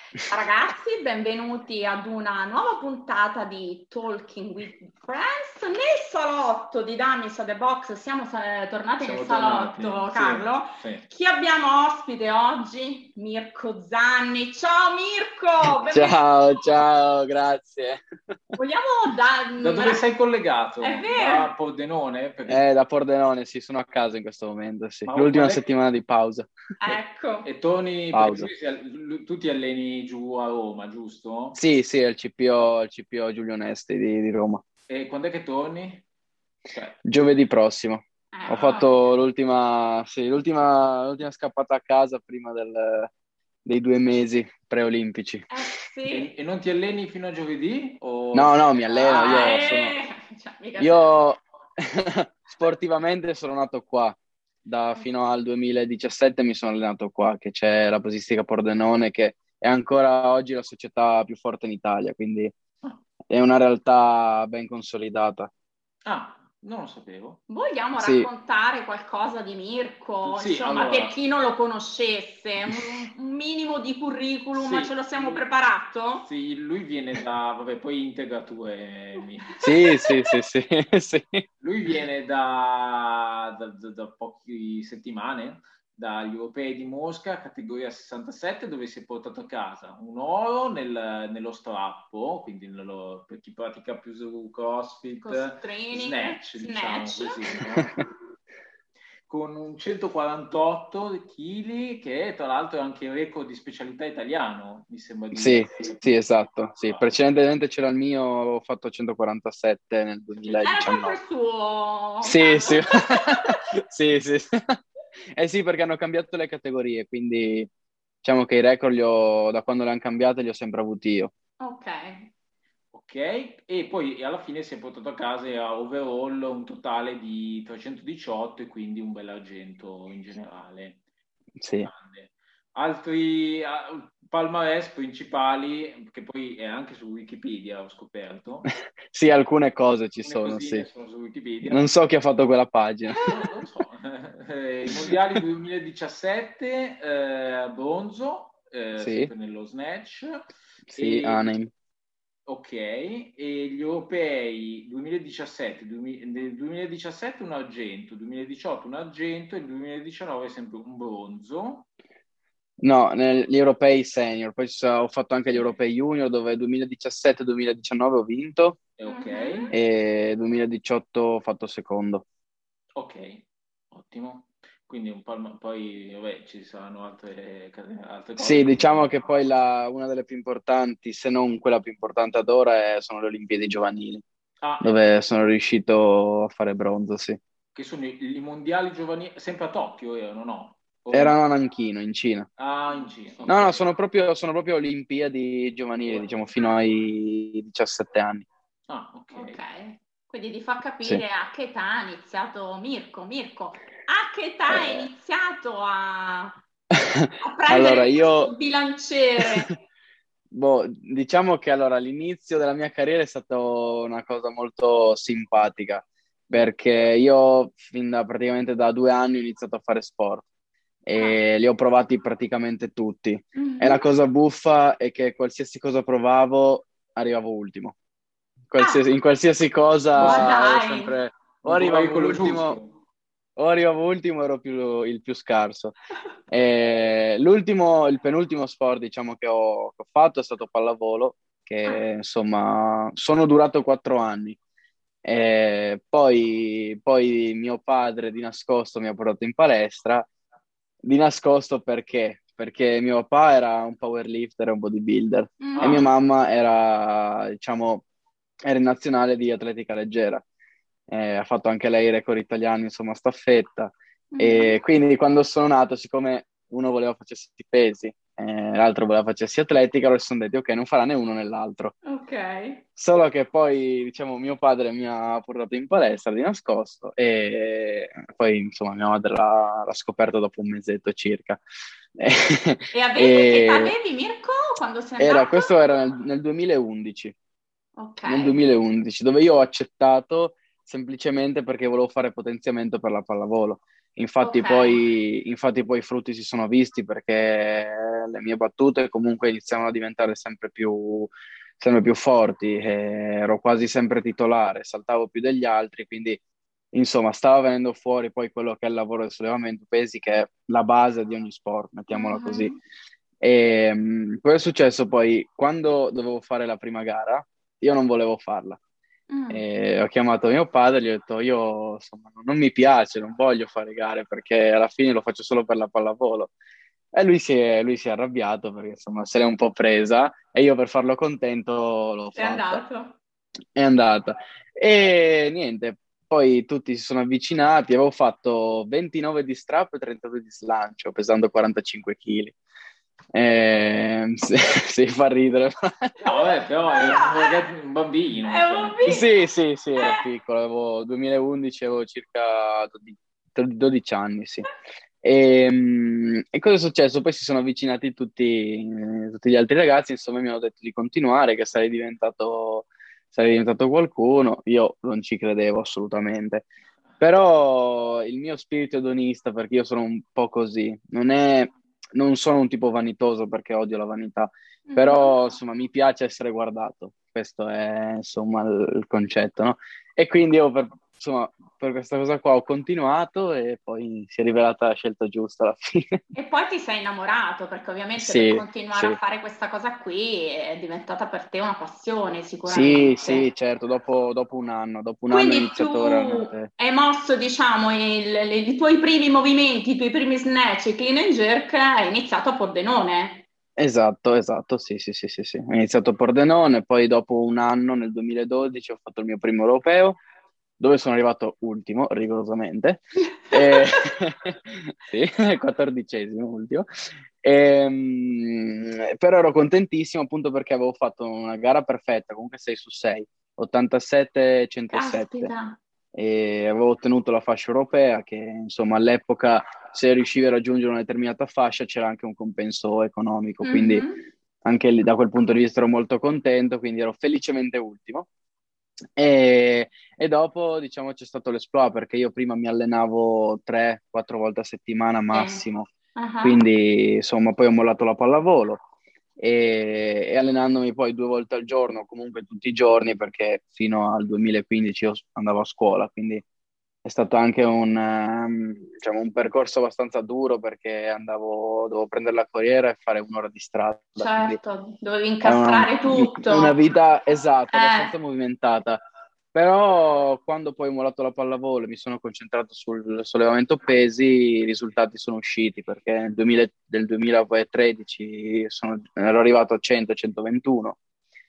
Ragazzi, benvenuti ad una nuova puntata di Talking with Friends nel salotto di Dummies at the Box. Siamo tornati nel Siamo salotto, tornati, Carlo. sì. Chi abbiamo ospite oggi? Mirko Zanni. Ciao Mirko, Ciao, benvenuto. ciao, grazie. Vogliamo Da dove sei collegato? È Da vero. Pordenone? Perché... Da Pordenone, sì, sono a casa in questo momento, sì. Ma L'ultima quando è che- settimana di pausa. Ecco. E torni, perché Pausa. tu ti alleni giù a Roma, giusto? Sì, sì, è il CPO Giulio Onesti di Roma. E quando è che torni? Cioè, Giovedì prossimo. Ho fatto Ok. l'ultima scappata a casa prima dei 2 mesi preolimpici. Sì. e non ti alleni fino a giovedì? O... No, mi alleno, Cioè, mica sei. io sportivamente sono nato qua. Fino al 2017 mi sono allenato qua, che c'è la Posistica Pordenone, che è ancora oggi la società più forte in Italia, quindi è una realtà ben consolidata. Ah, non lo sapevo. Vogliamo Sì, raccontare qualcosa di Mirko, Sì, insomma, per allora... chi non lo conoscesse, un minimo di curriculum, ma Sì, ce lo siamo preparato? sì, lui viene da... Vabbè, poi integra tu sì, sì, sì, sì, sì. Lui viene da poche settimane dagli europei di Mosca, categoria 67, dove si è portato a casa un oro nello strappo, quindi per chi pratica più su CrossFit, Training, snatch, diciamo snatch. così, no? Con un 148 kg, che tra l'altro è anche il record di specialità italiano, mi sembra di Sì, sì, capire. esatto. Sì. Precedentemente c'era il mio, ho fatto 147 nel Era proprio il 2019. suo, Sì, Carlo. sì. Sì, sì. Eh sì, perché hanno cambiato le categorie, quindi diciamo che i record da quando le hanno cambiate li ho sempre avuti io. Ok. Ok, e poi alla fine si è portato a casa a overall un totale di 318 e quindi un bel argento in generale. Sì. Grande. Altri palmarès principali, che poi è anche su Wikipedia, ho scoperto. Sì, alcune cose ci Alcune sono, cosine sì. sono su Wikipedia. Non so chi ha fatto quella pagina. Non lo so. I mondiali 2017, bronzo, Sì, sempre nello snatch. sì, E, Anem. ok, e gli europei 2017, nel 2017 un argento, 2018 un argento e nel 2019 sempre un bronzo. No, gli europei senior, poi ho fatto anche gli europei junior dove 2017-2019 ho vinto Ok, e 2018 ho fatto secondo. ok, ottimo. Quindi poi vabbè, ci saranno altre cose. Sì, diciamo che poi una delle più importanti, se non quella più importante ad ora, sono le Olimpiadi giovanili, Ah, dove sono riuscito a fare bronzo, sì. che sono i mondiali giovanili, sempre a Tokyo erano, no? Erano a Nanchino, in Cina. Ah, in Cina, No, no, ok. sono proprio Olimpiadi giovanili, diciamo, fino ai 17 anni. Ah, ok. Ok, quindi ti fa Sì. capire a che età ha iniziato Mirko. Mirko, a che età hai iniziato a Allora, prendere io... questo bilanciere? Diciamo che allora l'inizio della mia carriera è stata una cosa molto simpatica, perché io praticamente da 2 anni ho iniziato a fare sport Ah. e li ho provati praticamente tutti. E la Mhm. cosa buffa è che qualsiasi cosa provavo arrivavo ultimo. Ah, In qualsiasi ma cosa ero dai. sempre o Non trovavi arrivavo quello ultimo giusto. o arrivavo ultimo, ero il più scarso. Il penultimo sport, diciamo, che ho fatto è stato pallavolo, Ah, che insomma sono durato 4 anni. Poi mio padre di nascosto mi ha portato in palestra, di nascosto perché? Perché mio papà era un powerlifter e un bodybuilder e mia Ah, mhm. mamma era, diciamo, era in nazionale di atletica leggera. Ha fatto anche lei i record italiani, insomma, staffetta. E Mhm. quindi quando sono nato, siccome uno voleva facessi i pesi, l'altro voleva facessi atletica, allora si sono detti ok, non farà né uno né l'altro. Ok. Solo che poi, diciamo, mio padre mi ha portato in palestra di nascosto e poi, insomma, mia madre l'ha scoperto dopo un mesetto circa. Che età E avevi, Mirko, quando sei andato? questo era nel 2011, Ok. nel 2011, dove io ho accettato semplicemente perché volevo fare potenziamento per la pallavolo. Infatti Ok. poi i frutti si sono visti perché le mie battute comunque iniziavano a diventare sempre più forti, ero quasi sempre titolare, saltavo più degli altri, quindi insomma stava venendo fuori poi quello che è il lavoro del sollevamento pesi, che è la base di ogni sport, mettiamola così. Mhm. E cosa è successo poi? Quando dovevo fare la prima gara, io non volevo farla. Mm. E ho chiamato mio padre e gli ho detto, io insomma non mi piace, non voglio fare gare perché alla fine lo faccio solo per la pallavolo. E lui si è arrabbiato perché insomma se l'è un po' presa e io per farlo contento l'ho È fatta. andato. È andata. E niente, poi tutti si sono avvicinati, avevo fatto 29 di strap e 32 di slancio, pesando 45 kg. Si fa ridere. No, vabbè, però è un È bambino, un cioè. Sì, sì, sì, ero Eh. piccolo, avevo 2011, avevo circa 12 anni, sì. E cosa è successo? Poi si sono avvicinati tutti gli altri ragazzi, insomma, mi hanno detto di continuare, che sarei diventato qualcuno. Io non ci credevo assolutamente. Però il mio spirito edonista, perché io sono un po' così, non sono un tipo vanitoso perché odio la vanità, Mhm. però insomma mi piace essere guardato, questo è insomma il concetto, no? E quindi io insomma, per questa cosa qua ho continuato e poi si è rivelata la scelta giusta alla fine. E poi ti sei innamorato, perché ovviamente per Sì, continuare a sì. fare questa cosa qui è diventata per te una passione, Sì, sì, sicuramente. certo, dopo un anno ho Quindi iniziato tu veramente. hai mosso, diciamo, i tuoi primi movimenti, i tuoi primi snatch, i clean and jerk, hai iniziato a Pordenone. Esatto, esatto, sì, sì, sì, sì, sì. Ho iniziato a Pordenone, poi dopo un anno, nel 2012, ho fatto il mio primo europeo, dove sono arrivato ultimo, rigorosamente. E... sì, 14° ultimo. Però ero contentissimo appunto perché avevo fatto una gara perfetta, comunque 6 su 6, 87-107. Caspita. E avevo ottenuto la fascia europea che insomma all'epoca se riuscivi a raggiungere una determinata fascia c'era anche un compenso economico, quindi Mhm. anche lì, da quel punto di vista ero molto contento, quindi ero felicemente ultimo. E dopo, diciamo, c'è stato l'esploit perché io prima mi allenavo 3-4 volte a settimana Sì. massimo, Ah. quindi insomma poi ho mollato la pallavolo e allenandomi poi 2 volte al giorno, comunque tutti i giorni, perché fino al 2015 io andavo a scuola, quindi è stato anche diciamo, un percorso abbastanza duro perché dovevo prendere la corriera e fare un'ora di strada, quindi Certo, dovevi è incastrare una tutto. vita esatta, abbastanza Eh, movimentata. Però quando poi ho mollato la pallavolo e mi sono concentrato sul sollevamento pesi, i risultati sono usciti perché del 2013 ero arrivato a 100-121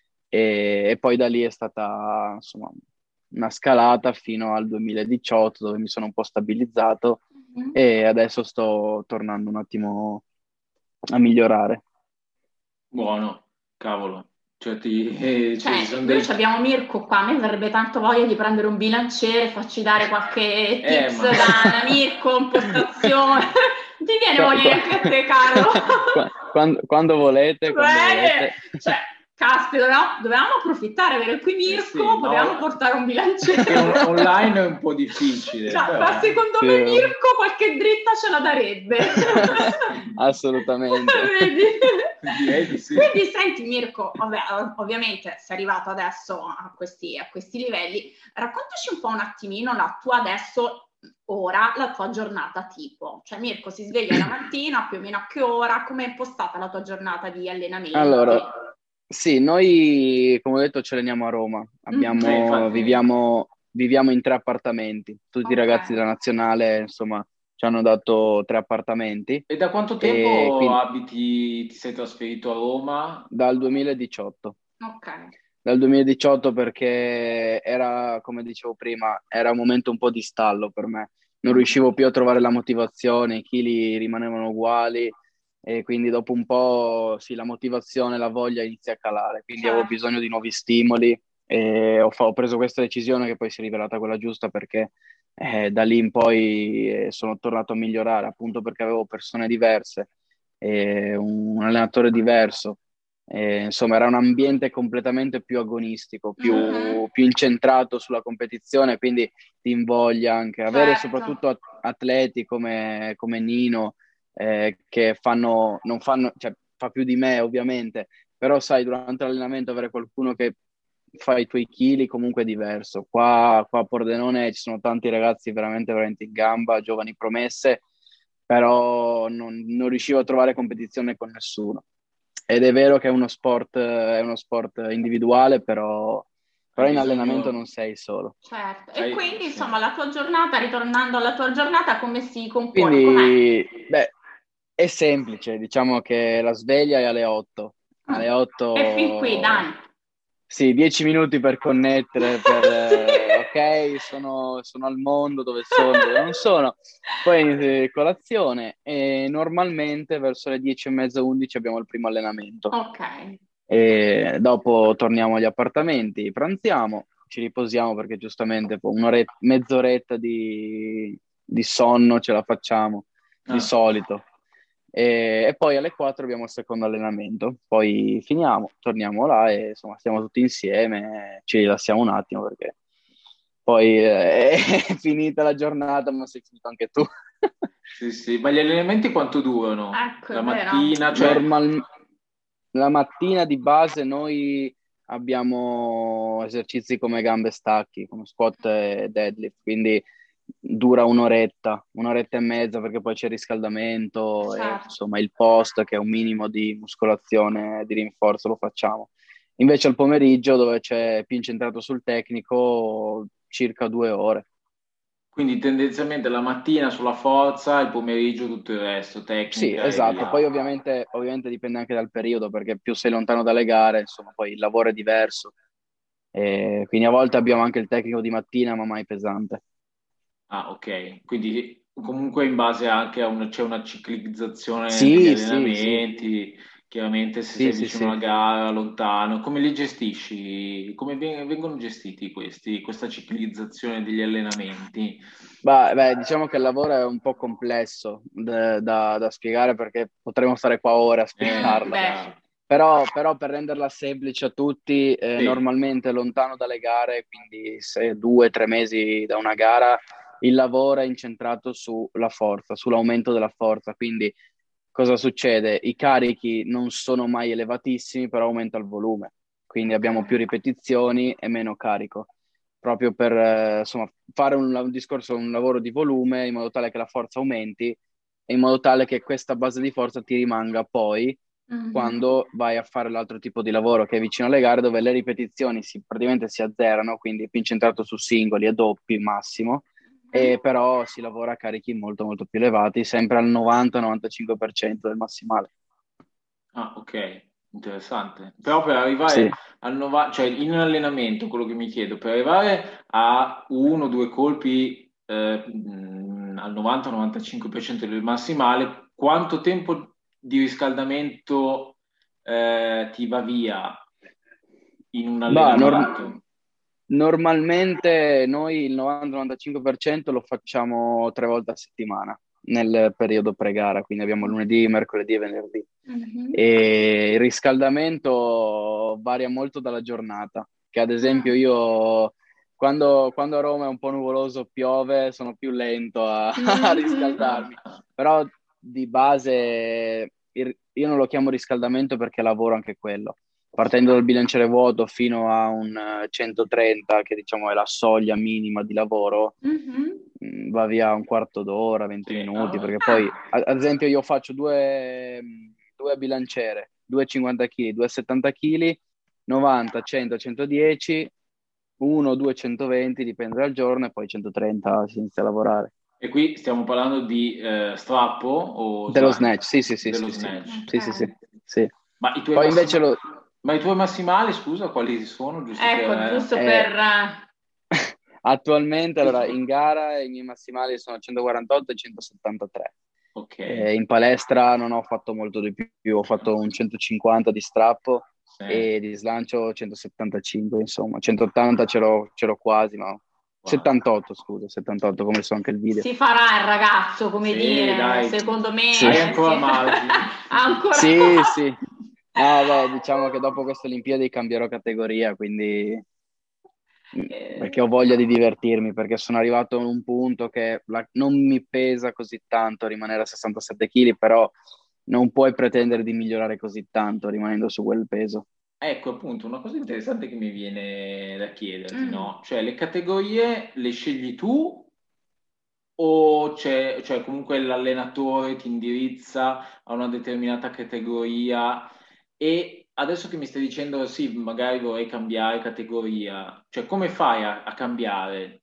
e poi da lì è stata insomma una scalata fino al 2018 dove mi sono un po' stabilizzato mhm. e adesso sto tornando un attimo a migliorare. Buono, cavolo. Cioè, ci Cioè, sono noi dei... ci abbiamo Mirko qua, a me verrebbe tanto voglia di prendere un bilanciere, farci dare qualche tips Ma... da Mirko, impostazione. Non ti viene Qua- voglia qua- neanche a te, Carlo? quando volete, quando Bene, volete. cioè, caspita, dovevamo approfittare, avere qui Sì, Mirko, potevamo no, portare un che bilanciere. online è un po' difficile, Ma però... secondo Sì, me Mirko qualche dritta ce la darebbe. assolutamente. Vedi? Direi di sì. Quindi senti Mirko, vabbè, ovviamente sei arrivato adesso a questi livelli, raccontaci un po' un attimino la tua adesso, ora, la tua giornata tipo. Cioè Mirko si sveglia la mattina, più o meno a che ora, come è impostata la tua giornata di allenamenti? Allora, sì, noi, come ho detto, ci alleniamo a Roma. Infatti, Viviamo in 3 appartamenti. Tutti i Ok. ragazzi della nazionale, insomma, ci hanno dato 3 appartamenti. e da quanto E tempo quindi ti sei trasferito a Roma? dal 2018. Ok. Dal 2018 perché era, come dicevo prima, era un momento un po' di stallo per me. Non riuscivo Mhm. più a trovare la motivazione, i chili rimanevano uguali e quindi dopo un po' sì, la motivazione, la voglia inizia a calare. Quindi avevo Certo. bisogno di nuovi stimoli e ho preso questa decisione che poi si è rivelata quella giusta perché da lì in poi sono tornato a migliorare appunto perché avevo persone diverse, un allenatore diverso. Insomma, era un ambiente completamente più agonistico, più Mhm. incentrato sulla competizione, quindi ti invoglia anche avere Certo. soprattutto atleti come Nino, che non fanno, cioè fa più di me ovviamente, però sai, durante l'allenamento avere qualcuno che fa i tuoi chili comunque è diverso. Qua a Pordenone ci sono tanti ragazzi veramente, veramente in gamba, giovani promesse, però non riuscivo a trovare competizione con nessuno. Ed è vero che è uno sport individuale, però Hai in allenamento bisogno... non sei solo. Certo. E quindi, insomma, la tua giornata, ritornando alla tua giornata, come si compone? Com'è? Quindi, beh, è semplice, diciamo che la sveglia è alle 8. Alle E fin qui, 8, dai. sì, 10 minuti per connettere, ok, sono al mondo, dove sono, dove non sono. Poi colazione e normalmente verso le 10 e mezza, 11 abbiamo il primo allenamento. Ok. E dopo torniamo agli appartamenti, pranziamo, ci riposiamo perché giustamente poi mezz'oretta di sonno ce la facciamo di Ah. solito. E poi alle 4 abbiamo il secondo allenamento, poi finiamo, torniamo là e insomma stiamo tutti insieme, ci rilassiamo un attimo perché poi è finita la giornata, ma sei finito anche tu. Sì, sì, ma gli allenamenti quanto durano? Ecco, La è vero. mattina, cioè... La mattina di base noi abbiamo esercizi come gambe e stacchi, come squat e deadlift, quindi dura un'oretta e mezza perché poi c'è il riscaldamento e Certo. insomma il post che è un minimo di muscolazione, di rinforzo lo facciamo. Invece al pomeriggio dove c'è più incentrato sul tecnico circa 2 ore. Quindi tendenzialmente la mattina sulla forza, il pomeriggio tutto il resto, Sì, tecnica esatto. Poi ovviamente dipende anche dal periodo, perché più sei lontano dalle gare, insomma, poi il lavoro è diverso. E quindi a volte abbiamo anche il tecnico di mattina, ma mai pesante. Ah, ok. Quindi comunque in base anche a c'è una ciclizzazione degli Sì, sì, sì, allenamenti, chiaramente se sì, sei sì, vicino alla sì. gara, lontano, come li gestisci? Come vengono gestiti questa ciclizzazione degli allenamenti? Beh, diciamo che il lavoro è un po' complesso da spiegare perché potremmo stare qua ore a spiegarla. Beh, Chiaro. Però per renderla semplice a tutti, Sì. normalmente lontano dalle gare, quindi se 2 o 3 mesi da una gara, il lavoro è incentrato sulla forza, sull'aumento della forza. Quindi cosa succede? I carichi non sono mai elevatissimi, però aumenta il volume. Quindi ok. abbiamo più ripetizioni e meno carico, proprio per insomma, fare un discorso, un lavoro di volume in modo tale che la forza aumenti e in modo tale che questa base di forza ti rimanga poi Mhm. quando vai a fare l'altro tipo di lavoro che è vicino alle gare dove le ripetizioni praticamente si azzerano, quindi è più incentrato su singoli e doppi massimo, e però si lavora a carichi molto molto più elevati, sempre al 90-95% del massimale. Ah, ok, interessante. Però per arrivare Sì. cioè in allenamento, quello che mi chiedo, per arrivare a uno o due colpi al 90-95% del massimale, quanto tempo di riscaldamento ti va via in un Bah, allenamento? normalmente noi il 90-95% lo facciamo 3 volte a settimana nel periodo pre-gara, quindi abbiamo lunedì, mercoledì e venerdì. Mhm. E il riscaldamento varia molto dalla giornata, che ad esempio Mm. io quando a Roma è un po' nuvoloso, piove, sono più lento a Mhm. riscaldarmi, però di base io non lo chiamo riscaldamento perché lavoro anche quello partendo dal bilanciere vuoto fino a un 130, che diciamo è la soglia minima di lavoro, Mhm. va via un quarto d'ora, 20 Sì, minuti, allora, perché poi, Ah, ad esempio, io faccio due a bilanciere, 2,50 kg, 2,70 kg, 90, 100, 110, 1, 2, 120, dipende dal giorno, e poi 130 si inizia a lavorare. e qui stiamo parlando di strappo o Dello slancio? snatch, sì, sì, sì, Dello sì, sì, snatch. ok. sì, sì, sì, sì. Ma i tuoi Poi invece ma i tuoi massimali, scusa, quali sono? Giusto per... Ecco, giusto eh, per... attualmente, allora, giusto- in gara i miei massimali sono 148 e 173. Ok, In palestra non ho fatto molto di più, ho fatto un 150 di strappo sì, e di slancio 175, insomma, 180 ce l'ho quasi, ma quasi. 78, scusa, 78, come so anche il video. Si farà il ragazzo, come Sì, dire, dai, secondo Sì, hai me ancora margini. ancora... sì, sì. No, beh, diciamo che dopo queste Olimpiadi cambierò categoria, quindi Perché ho voglia di divertirmi, perché sono arrivato a un punto che non mi pesa così tanto rimanere a 67 kg, però non puoi pretendere di migliorare così tanto rimanendo su quel peso. Ecco, appunto, una cosa interessante che mi viene da chiederti, Mm. no? Cioè, le categorie le scegli tu o c'è, cioè, comunque l'allenatore ti indirizza a una determinata categoria e adesso che mi stai dicendo sì, magari vorrei cambiare categoria, cioè come fai a cambiare?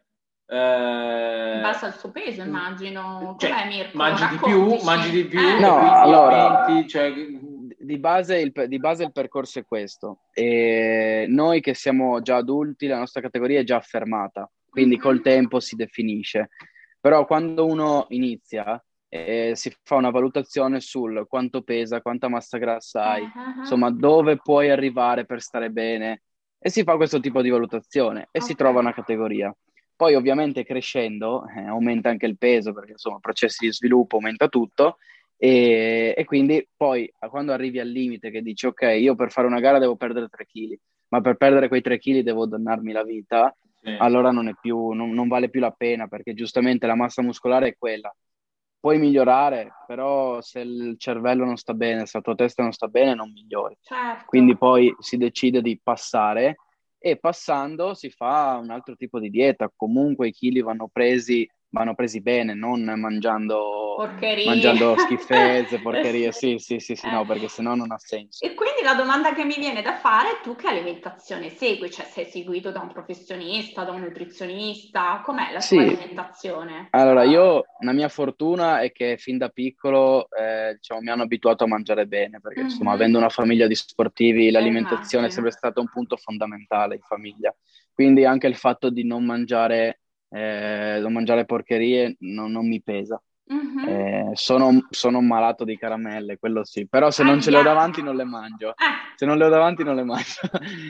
In Eh, base al suo peso, immagino. Com'è, cioè, Mirko? Raccontici. mangi di più No, e quindi allora, aumenti, cioè... di base il percorso è questo. E noi che siamo già adulti, la nostra categoria è già affermata, quindi col Mhm. tempo si definisce. Però quando uno inizia, si fa una valutazione sul quanto pesa, quanta massa grassa hai, Ah. insomma, dove puoi arrivare per stare bene, e si fa questo tipo di valutazione e si Ok. trova una categoria. Poi ovviamente crescendo aumenta anche il peso perché insomma processi di sviluppo aumenta tutto e quindi poi quando arrivi al limite che dici ok, io per fare una gara devo perdere 3 kg, ma per perdere quei 3 kg devo dannarmi la vita, Sì. allora non vale più la pena perché giustamente la massa muscolare è quella. Puoi migliorare, però se il cervello non sta bene, se la tua testa non sta bene, non migliori. Certo. Quindi poi si decide di passare e passando si fa un altro tipo di dieta. Comunque i chili vanno presi bene, non Porcherie. mangiando schifezze, Sì. porcherie. Sì, sì, sì, sì, no, perché sennò non ha senso. E quindi la domanda che mi viene da fare è tu che alimentazione segui? Cioè sei seguito da un professionista, da un nutrizionista? Com'è la tua Sì, alimentazione? allora la mia fortuna è che fin da piccolo, diciamo, mi hanno abituato a mangiare bene, perché insomma, Mhm. avendo una famiglia di sportivi, l'alimentazione è Immagino. sempre stato un punto fondamentale in famiglia. Quindi anche il fatto di non mangiare porcherie non mi pesa. Mhm. Sono un malato di caramelle, quello sì, però se non ce le ho Ahia. davanti non le mangio. Eh. Se non le ho davanti non le mangio.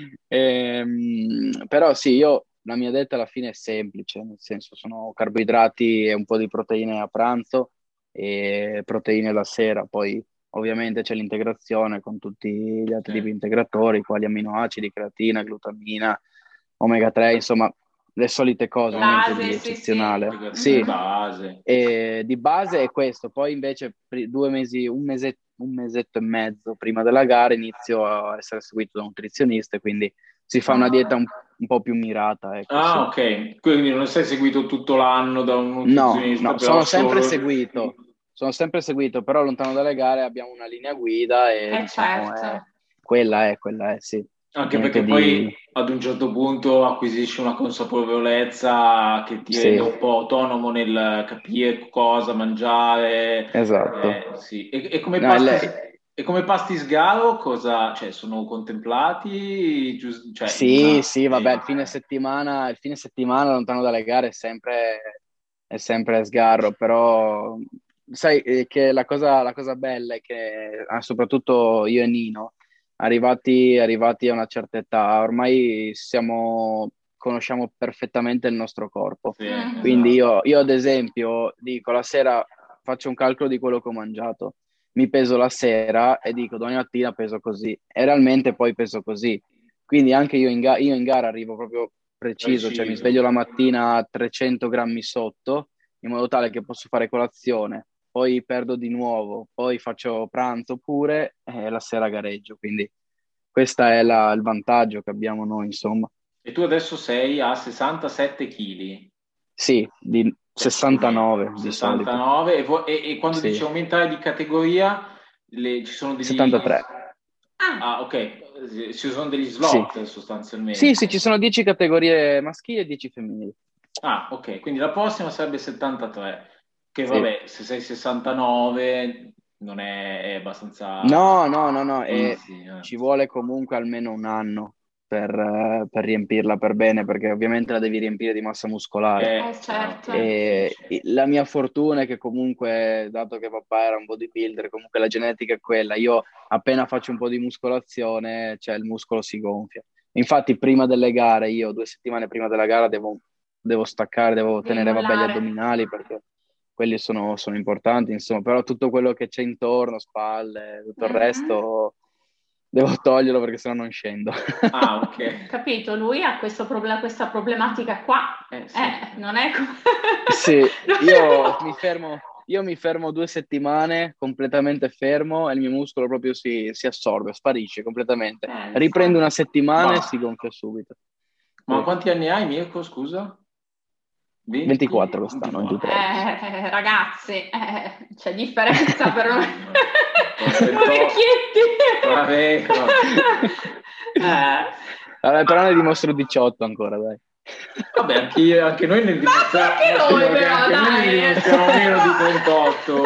Però sì, la mia dieta alla fine è semplice, nel senso sono carboidrati e un po' di proteine a pranzo e proteine la sera, poi ovviamente c'è l'integrazione con tutti gli altri tipi Sì. di integratori, quali amminoacidi, creatina, glutamina, omega 3, insomma le solite cose, niente Base, di sì, sì. eccezionale. Integrazione Sì, Mhm. base. e di base è questo, poi invece 2 mesi, un mesetto e mezzo prima della gara inizio a essere seguito da un nutrizionista, e quindi si fa una dieta Ok. un po' più mirata, ecco, Ah, sì. ok. Quindi non sei seguito tutto l'anno da un No, nutrizionista, no, però solo... sono sempre seguito, però lontano dalle gare abbiamo una linea guida e diciamo Certo. quella è, sì. Anche Niente perché di... poi ad un certo punto acquisisci una consapevolezza che ti rende Sì, un po' autonomo nel capire cosa mangiare. esatto. Sì. No, E come pasti sgaro, cosa, cioè, sono contemplati? Cioè, in sì, una... sì, sì. vabbè, il fine settimana lontano dalle gare è sempre a sgarro, però sai che la cosa bella è che soprattutto io e Nino, arrivati a una certa età, ormai conosciamo perfettamente il nostro corpo. Sì, Quindi esatto. io ad esempio dico la sera faccio un calcolo di quello che ho mangiato, mi peso la sera e dico domani mattina peso così e realmente poi peso così. Quindi anche io in gara arrivo proprio preciso, cioè mi Preciso. sveglio la mattina a 300 grammi sotto, in modo tale che posso fare colazione, poi perdo di nuovo, poi faccio pranzo pure e la sera gareggio. Quindi questo è il vantaggio che abbiamo noi, insomma. E tu adesso sei a 67 kg. Sì, di Cioè, più o meno 69 di solito. 69 e quando dici Sì, aumentare di categoria ci sono degli 73. Ah, ah ok, ci sono degli Sì. slot Sì, sì, sostanzialmente. ci sono 10 categorie maschili e 10 femminili. Ah, ok, quindi la prossima sarebbe 73, che Sì. vabbè, se sei 69 non è abbastanza No, no, no, no, e inizi, ci vuole comunque almeno un anno per riempirla per bene, perché ovviamente la devi riempire di massa muscolare. certo. Ok, sì, E la mia fortuna è che comunque, dato che papà era un bodybuilder, comunque la genetica è quella. Io appena faccio un po' di muscolazione, cioè il muscolo si gonfia. Infatti, prima delle gare, io 2 settimane prima della gara devo staccare, devo Devi tenere, vabbè, gli mollare. addominali perché quelli sono importanti, insomma, però tutto quello che c'è intorno, spalle, tutto il Mhm. resto Devo toglierlo perché sennò non scendo. Ah, ok. Capito? Lui ha questa problematica qua. Sì. Non è come... Sì, non io è- mi fermo 2 settimane completamente fermo e il mio muscolo proprio si assorbe, sparisce completamente. Riprendo Pensa. una settimana e Ma, si gonfia subito. ma Sì. quanti anni hai, Mirko, scusa? 20? 24 quest'anno, 24. 23. Ragazzi, c'è differenza per noi, Con noi 28. Vabbè, vecchietti. Vabbè, però ne ma- dimostro 18 ancora, dai. Vabbè, anche noi ne Ma dimostriamo, anche sì, noi perché però, anche noi ne dai. dimostriamo meno di 38.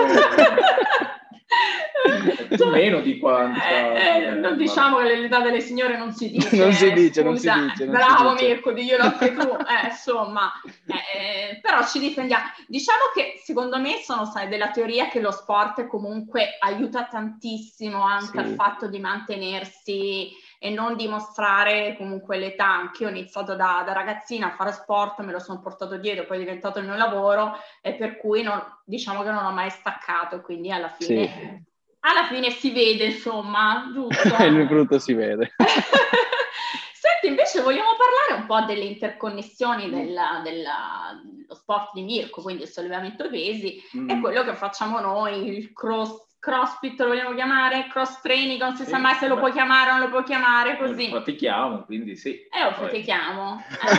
Tu meno di 40. Non diciamo che l'età delle signore non si dice, Non si dice, non si scusa. dice, non si Bravo dice. Mirko, diglielo anche tu, insomma, però ci difendiamo. Diciamo che secondo me sono della teoria che lo sport comunque aiuta tantissimo anche al Sì. fatto di mantenersi e non dimostrare comunque l'età. Anche io ho iniziato da ragazzina a fare sport, me lo sono portato dietro, poi è diventato il mio lavoro e per cui diciamo che non ho mai staccato, quindi alla fine... Sì. Alla fine si vede, insomma, giusto? Il mio frutto si vede. Senti, invece vogliamo parlare un po' delle interconnessioni dello sport di Mirko, quindi il sollevamento pesi, e quello che facciamo noi, il crossfit lo vogliamo chiamare, cross training, non si sa mai se lo puoi chiamare o non lo puoi chiamare, così. Lo pratichiamo, quindi sì. Lo pratichiamo.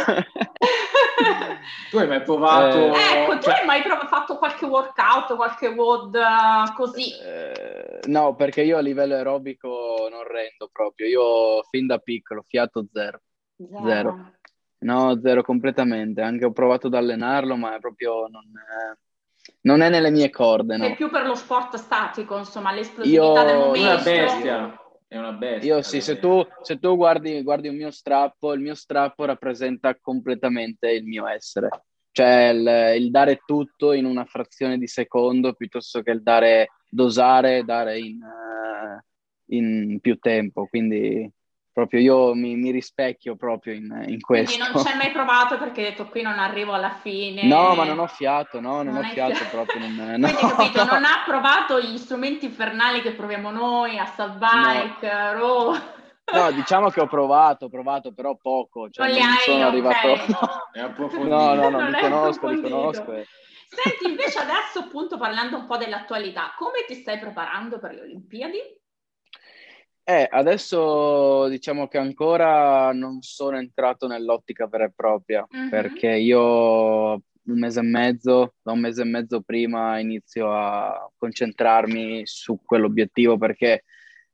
Tu hai mai provato... Ecco, tu hai mai fatto qualche workout, qualche WOD così? No, perché io a livello aerobico non rendo proprio. Io fin da piccolo, fiato zero. Zero. No, zero completamente. Anche ho provato ad allenarlo, ma è proprio non è nelle mie corde, no. Sei più per lo sport statico, insomma, l'esplosività del momento. È una bestia. È una bestia. Io sì, se tu guardi un mio strappo, il mio strappo rappresenta completamente il mio essere. Cioè il dare tutto in una frazione di secondo piuttosto che il dosare in più tempo. Quindi proprio io mi rispecchio proprio in questo. Quindi non ci hai mai provato perché hai detto qui non arrivo alla fine. No, ma non ho fiato, no, non ho hai fiato proprio. Quindi No. capito, non ha provato gli strumenti infernali che proviamo noi, Assault Bike, Raw. No, diciamo che ho provato, però poco, cioè Non li non hai, sono arrivato... ok. No, Non li hai conosco. approfondito. Senti, invece adesso appunto parlando un po' dell'attualità, come ti stai preparando per le Olimpiadi? Adesso diciamo che ancora non sono entrato nell'ottica vera e propria, perché io da un mese e mezzo prima inizio a concentrarmi su quell'obiettivo perché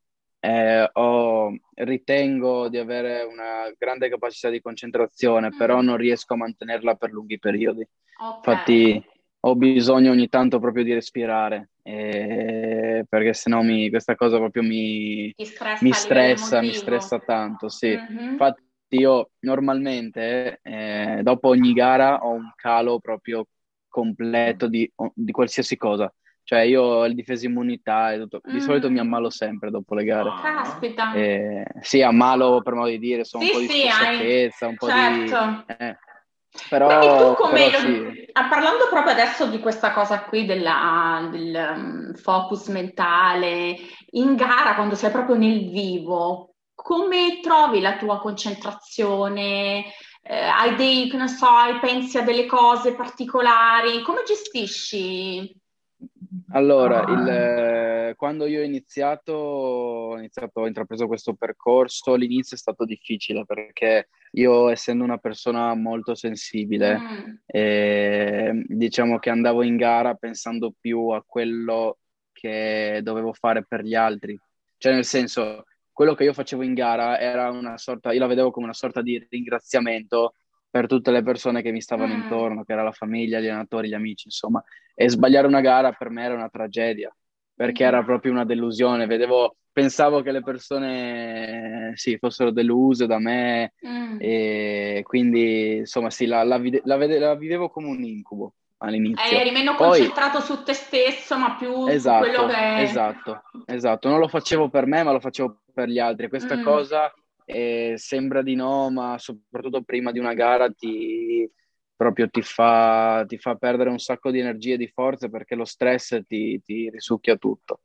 ritengo di avere una grande capacità di concentrazione, però non riesco a mantenerla per lunghi periodi. Infatti ho bisogno ogni tanto proprio di respirare, perché sennò questa cosa proprio mi stressa tanto, sì. Infatti io normalmente dopo ogni gara ho un calo proprio completo di qualsiasi cosa. Cioè io il difesa immunità e tutto. Di solito mi ammalo sempre dopo le gare. Caspita. Sì, ammalo per modo di dire, un po' di Sì, scossachezza, un po' certo. Però, Quindi tu come, sì. parlando proprio adesso di questa cosa qui del focus mentale, in gara quando sei proprio nel vivo, come trovi la tua concentrazione? Che ne so, pensi a delle cose particolari? Come gestisci? Allora, quando io ho intrapreso questo percorso, l'inizio è stato difficile perché io, essendo una persona molto sensibile, diciamo che andavo in gara pensando più a quello che dovevo fare per gli altri. Cioè, nel senso, quello che io facevo in gara era io la vedevo come una sorta di ringraziamento per tutte le persone che mi stavano intorno, che era la famiglia, gli allenatori, gli amici, insomma. E sbagliare una gara per me era una tragedia, perché era proprio una delusione. Pensavo che le persone sì, fossero deluse da me, e quindi insomma sì, la vivevo come un incubo all'inizio. Eri meno Poi, concentrato su te stesso, ma più su esatto, quello che... esatto. Non lo facevo per me, ma lo facevo per gli altri. Questa cosa sembra di no, ma soprattutto prima di una gara proprio ti fa perdere un sacco di energie e di forze perché lo stress ti risucchia tutto.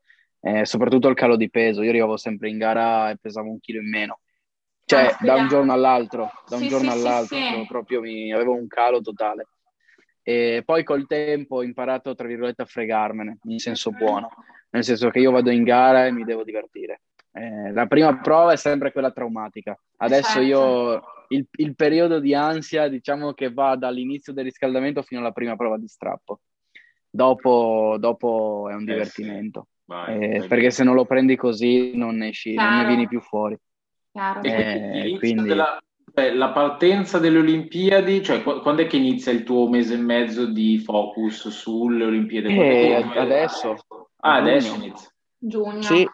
soprattutto il calo di peso. Io arrivavo sempre in gara e pesavo 1 chilo in meno. Cioè, da Caspita. un giorno all'altro, Sì, sì, sì, sì. proprio avevo un calo totale. E poi col tempo ho imparato, tra virgolette, a fregarmene, in senso buono, nel senso che io vado in gara e mi devo divertire. La prima prova è sempre quella traumatica. Adesso Certo. il periodo di ansia, diciamo che va dall'inizio del riscaldamento fino alla prima prova di strappo. Dopo è un Sì. divertimento. Vai Perché bene. se non lo prendi così non ne Chiaro. vieni più fuori. Chiaro. E quindi l'inizio Quindi la partenza delle Olimpiadi, cioè quando è che inizia il tuo mese e mezzo di focus sulle Olimpiadi? adesso, a Adesso giugno. inizia. Giugno. Sì.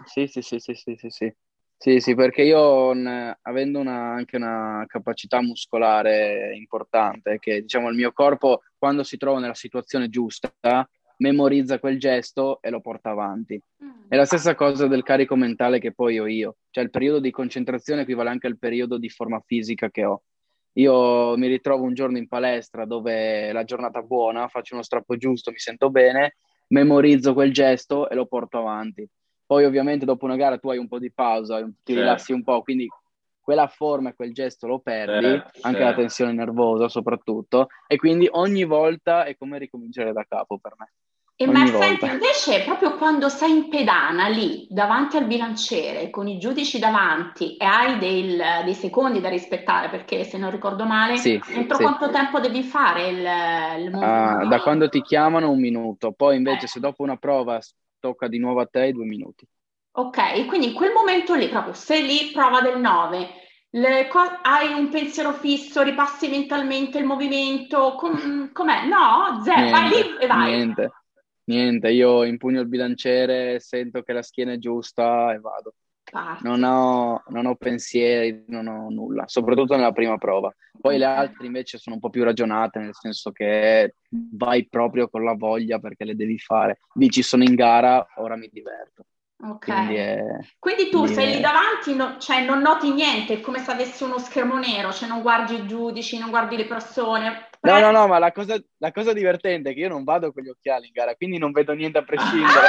Sì, perché io avendo anche una capacità muscolare importante, che diciamo il mio corpo quando si trova nella situazione giusta memorizza quel gesto e lo porta avanti. È la stessa cosa del carico mentale che poi ho io, cioè il periodo di concentrazione equivale anche al periodo di forma fisica che ho. Io mi ritrovo un giorno in palestra dove è la giornata buona, faccio uno strappo giusto, mi sento bene, memorizzo quel gesto e lo porto avanti. Poi ovviamente dopo una gara tu hai un po' di pausa, ti rilassi un po', quindi quella forma e quel gesto lo perdi, anche la tensione nervosa soprattutto, e quindi ogni volta è come ricominciare da capo per me. Ma Ogni senti, volta. invece proprio quando sei in pedana lì, davanti al bilanciere, con i giudici davanti e hai dei secondi da rispettare, perché se non ricordo male, Sì, entro sì. quanto tempo devi fare il movimento? Da quando ti chiamano 1 minuto, poi invece se dopo una prova tocca di nuovo a te 2 minuti. Ok, quindi in quel momento lì, proprio sei lì, prova del 9, hai un pensiero fisso, ripassi mentalmente il movimento, com'è? No? Vai lì e vai. Niente, io impugno il bilanciere, sento che la schiena è giusta e vado. Parti. Non ho pensieri, non ho nulla, soprattutto nella prima prova. Poi le Ok. altre invece sono un po' più ragionate, nel senso che vai proprio con la voglia perché le devi fare. Dici sono in gara, ora mi diverto. Ok. Quindi tu sei lì davanti, cioè non noti niente, è come se avessi uno schermo nero, cioè non guardi i giudici, non guardi le persone. No, ma la cosa divertente è che io non vado con gli occhiali in gara, quindi non vedo niente a prescindere.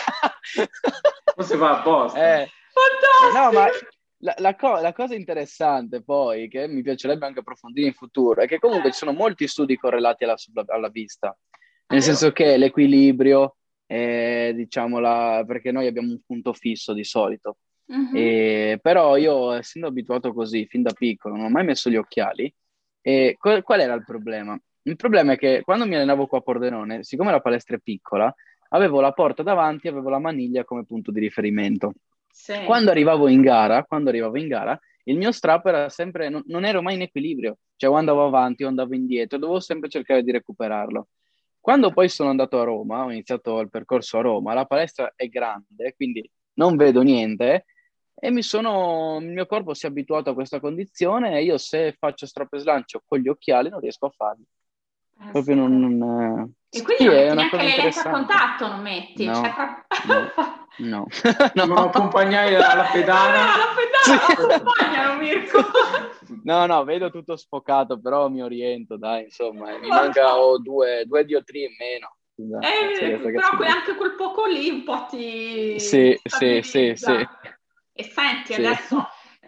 Forse va apposta. Fantastico! No, ma la cosa interessante poi, che mi piacerebbe anche approfondire in futuro, è che comunque ci sono molti studi correlati alla vista, nel senso che l'equilibrio, diciamo, perché noi abbiamo un punto fisso di solito. Però io, essendo abituato così fin da piccolo, non ho mai messo gli occhiali. E qual era il problema? Il problema è che quando mi allenavo qua a Pordenone, siccome la palestra è piccola, avevo la porta davanti, avevo la maniglia come punto di riferimento. Sì. Quando arrivavo in gara, il mio strappo era sempre, non ero mai in equilibrio, cioè o andavo avanti o andavo indietro, dovevo sempre cercare di recuperarlo. Quando poi sono andato a Roma, ho iniziato il percorso a Roma, la palestra è grande, quindi non vedo niente e il mio corpo si è abituato a questa condizione e io se faccio strappo e slancio con gli occhiali non riesco a farli. Proprio non. E quindi Sì, non è metti una neanche cosa le lenti a interessante. contatto, non metti? No, Cioè, no. Non accompagnai alla pedana. Alla pedana accompagnano, Mirko. No, vedo tutto sfocato, però mi oriento, dai, insomma, mi mancano due diotrie in meno. Però anche quel poco lì un po' ti Sì. stabilizza. E senti, Sì. adesso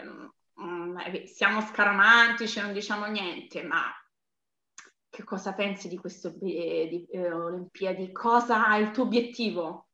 siamo scaramantici, non diciamo niente, ma che cosa pensi di queste Olimpiadi? Cosa è il tuo obiettivo?